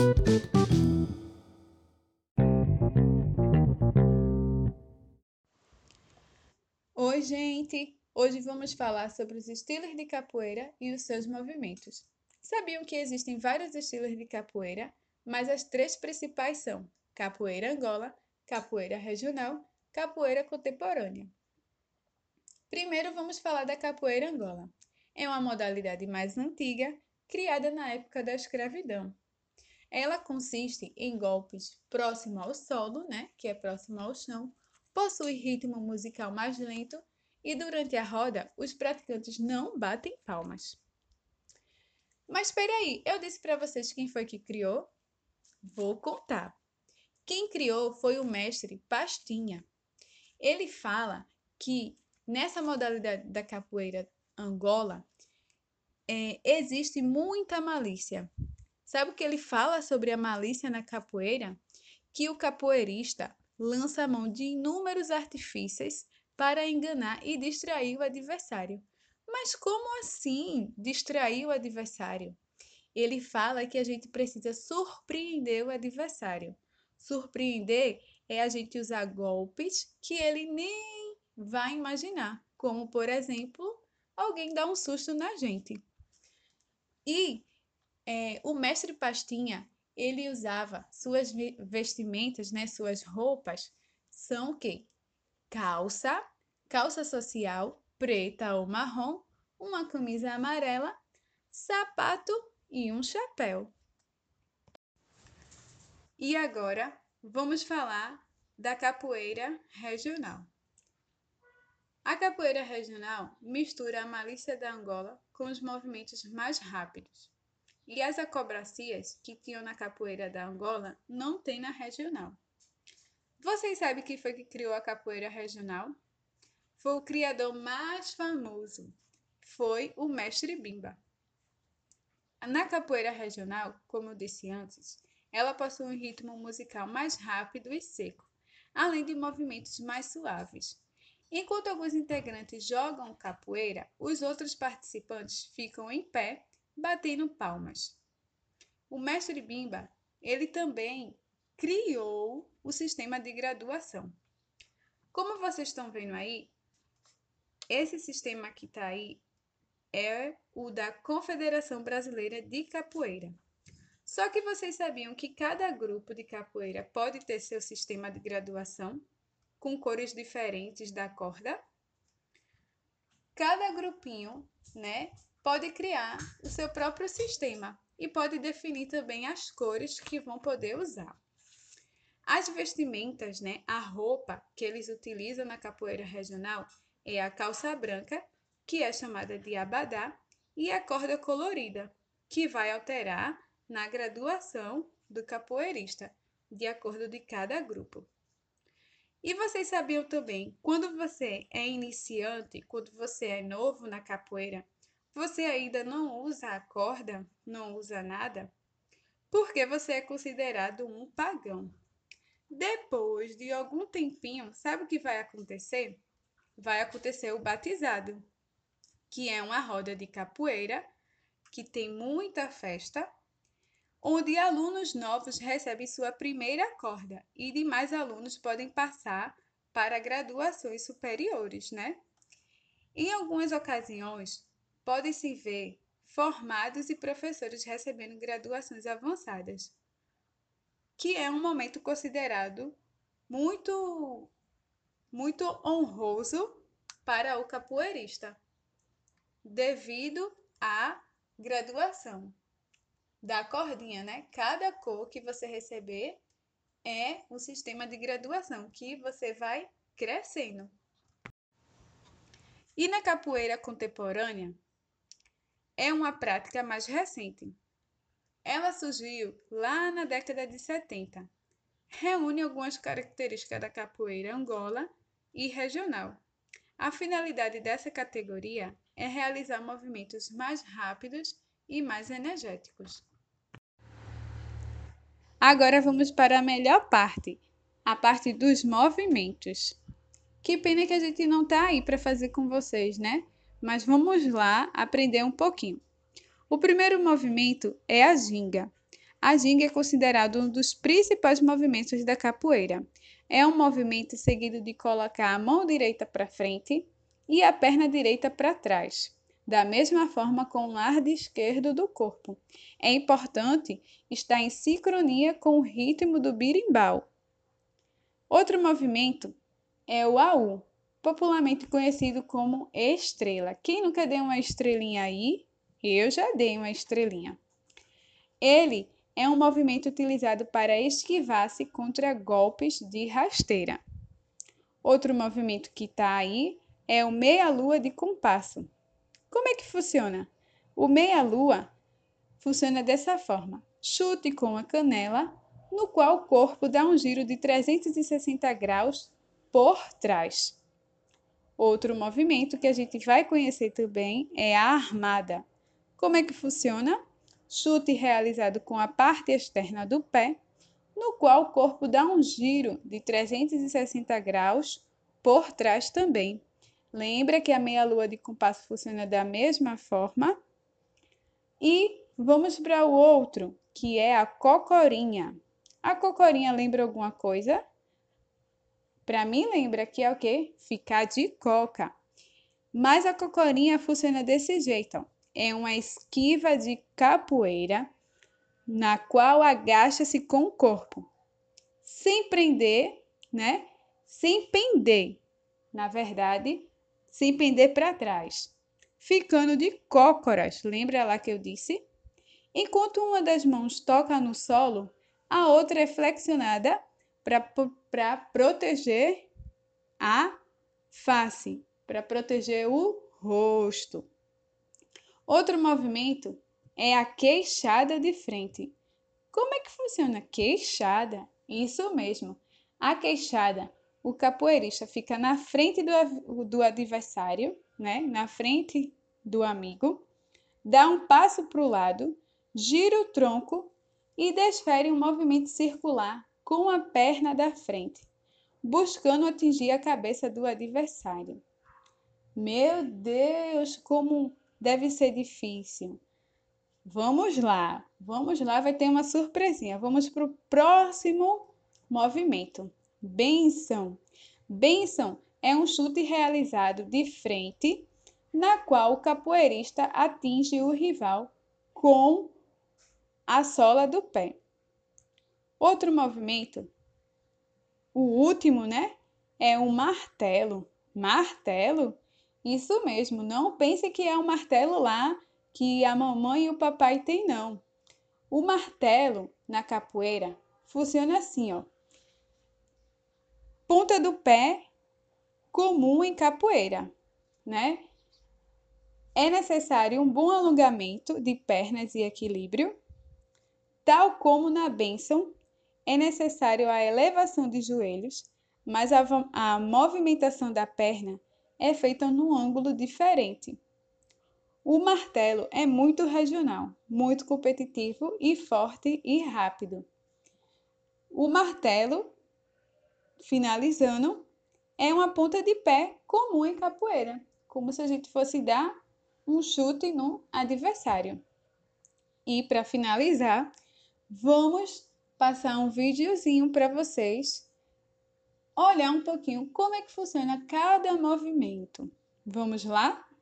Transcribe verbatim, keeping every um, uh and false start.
Oi, gente! Hoje vamos falar sobre os estilos de capoeira e os seus movimentos. Sabiam que existem vários estilos de capoeira, mas as três principais são capoeira Angola, capoeira regional, capoeira contemporânea. Primeiro vamos falar da capoeira Angola. É uma modalidade mais antiga, criada na época da escravidão. Ela consiste em golpes próximo ao solo, né, que é próximo ao chão, possui ritmo musical mais lento e durante a roda os praticantes não batem palmas. Mas espera aí, eu disse para vocês quem foi que criou? Vou contar. Quem criou foi o mestre Pastinha. Ele fala que nessa modalidade da capoeira Angola é, existe muita malícia. Sabe o que ele fala sobre a malícia na capoeira? Que o capoeirista lança a mão de inúmeros artifícios para enganar e distrair o adversário. Mas como assim distrair o adversário? Ele fala que a gente precisa surpreender o adversário. Surpreender é a gente usar golpes que ele nem vai imaginar, como, por exemplo, alguém dar um susto na gente. E é, o mestre Pastinha, ele usava suas vestimentas, né, suas roupas, são o quê? Calça, calça social, preta ou marrom, uma camisa amarela, sapato e um chapéu. E agora vamos falar da capoeira regional. A capoeira regional mistura a malícia da Angola com os movimentos mais rápidos. E as acrobacias que tinham na capoeira da Angola não tem na regional. Vocês sabem quem foi que criou a capoeira regional? Foi o criador mais famoso. Foi o mestre Bimba. Na capoeira regional, como eu disse antes, ela possui um ritmo musical mais rápido e seco, além de movimentos mais suaves. Enquanto alguns integrantes jogam capoeira, os outros participantes ficam em pé, batendo palmas. O mestre Bimba, ele também criou o sistema de graduação. Como vocês estão vendo aí, esse sistema que está aí é o da Confederação Brasileira de Capoeira. Só que vocês sabiam que cada grupo de capoeira pode ter seu sistema de graduação, com cores diferentes da corda? Cada grupinho, né, pode criar o seu próprio sistema e pode definir também as cores que vão poder usar. As vestimentas, né, a roupa que eles utilizam na capoeira regional é a calça branca, que é chamada de abadá, e a corda colorida, que vai alterar na graduação do capoeirista, de acordo de cada grupo. E vocês sabiam também, quando você é iniciante, quando você é novo na capoeira, você ainda não usa a corda, não usa nada, porque você é considerado um pagão. Depois de algum tempinho, sabe o que vai acontecer? Vai acontecer o batizado, que é uma roda de capoeira que tem muita festa, onde alunos novos recebem sua primeira corda e demais alunos podem passar para graduações superiores, né? Em algumas ocasiões, pode-se ver formados e professores recebendo graduações avançadas, que é um momento considerado muito, muito honroso para o capoeirista, devido à graduação da cordinha, né? Cada cor que você receber é um sistema de graduação que você vai crescendo. E na capoeira contemporânea, é uma prática mais recente. Ela surgiu lá na década de setenta. Reúne algumas características da capoeira Angola e regional. A finalidade dessa categoria é realizar movimentos mais rápidos e mais energéticos. Agora vamos para a melhor parte, a parte dos movimentos. Que pena que a gente não está aí para fazer com vocês, né? Mas vamos lá aprender um pouquinho. O primeiro movimento é a ginga. A ginga é considerado um dos principais movimentos da capoeira. É um movimento seguido de colocar a mão direita para frente e a perna direita para trás, da mesma forma com o lado esquerdo do corpo. É importante estar em sincronia com o ritmo do berimbau. Outro movimento é o aú, popularmente conhecido como estrela. Quem nunca deu uma estrelinha aí? Eu já dei uma estrelinha. Ele é um movimento utilizado para esquivar-se contra golpes de rasteira. Outro movimento que está aí é o meia-lua de compasso. Como é que funciona? O meia-lua funciona dessa forma. Chute com a canela, no qual o corpo dá um giro de trezentos e sessenta graus por trás. Outro movimento que a gente vai conhecer também é a armada. Como é que funciona? Chute realizado com a parte externa do pé, no qual o corpo dá um giro de trezentos e sessenta graus por trás também. Lembra que a meia-lua de compasso funciona da mesma forma? E vamos para o outro, que é a cocorinha. A cocorinha lembra alguma coisa? Para mim lembra que é o quê? Ficar de coca. Mas a cocorinha funciona desse jeito, ó. É uma esquiva de capoeira, na qual agacha-se com o corpo, sem prender, né? Sem pender, na verdade, sem pender para trás, ficando de cócoras, lembra lá que eu disse? Enquanto uma das mãos toca no solo, a outra é flexionada para proteger a face, para proteger o rosto. Outro movimento é a queixada de frente. Como é que funciona a queixada? Isso mesmo. A queixada, o capoeirista fica na frente do, do adversário, né? Na frente do amigo, dá um passo para o lado, gira o tronco e desfere um movimento circular com a perna da frente, buscando atingir a cabeça do adversário. Meu Deus, como deve ser difícil. Vamos lá, vamos lá, vai ter uma surpresinha. Vamos para o próximo movimento. Benção. Benção é um chute realizado de frente, na qual o capoeirista atinge o rival com a sola do pé. Outro movimento, o último, né? É o martelo. Martelo? Isso mesmo, não pense que é um martelo lá que a mamãe e o papai têm, não. O martelo na capoeira funciona assim, ó. Ponta do pé comum em capoeira, né? É necessário um bom alongamento de pernas e equilíbrio. Tal como na bênção, é necessário a elevação de joelhos, mas a, a movimentação da perna é feita num ângulo diferente. O martelo é muito regional, muito competitivo e forte e rápido. O martelo, finalizando, é uma ponta de pé comum em capoeira, como se a gente fosse dar um chute no adversário. E para finalizar, vamos passar um videozinho para vocês olhar um pouquinho como é que funciona cada movimento. Vamos lá?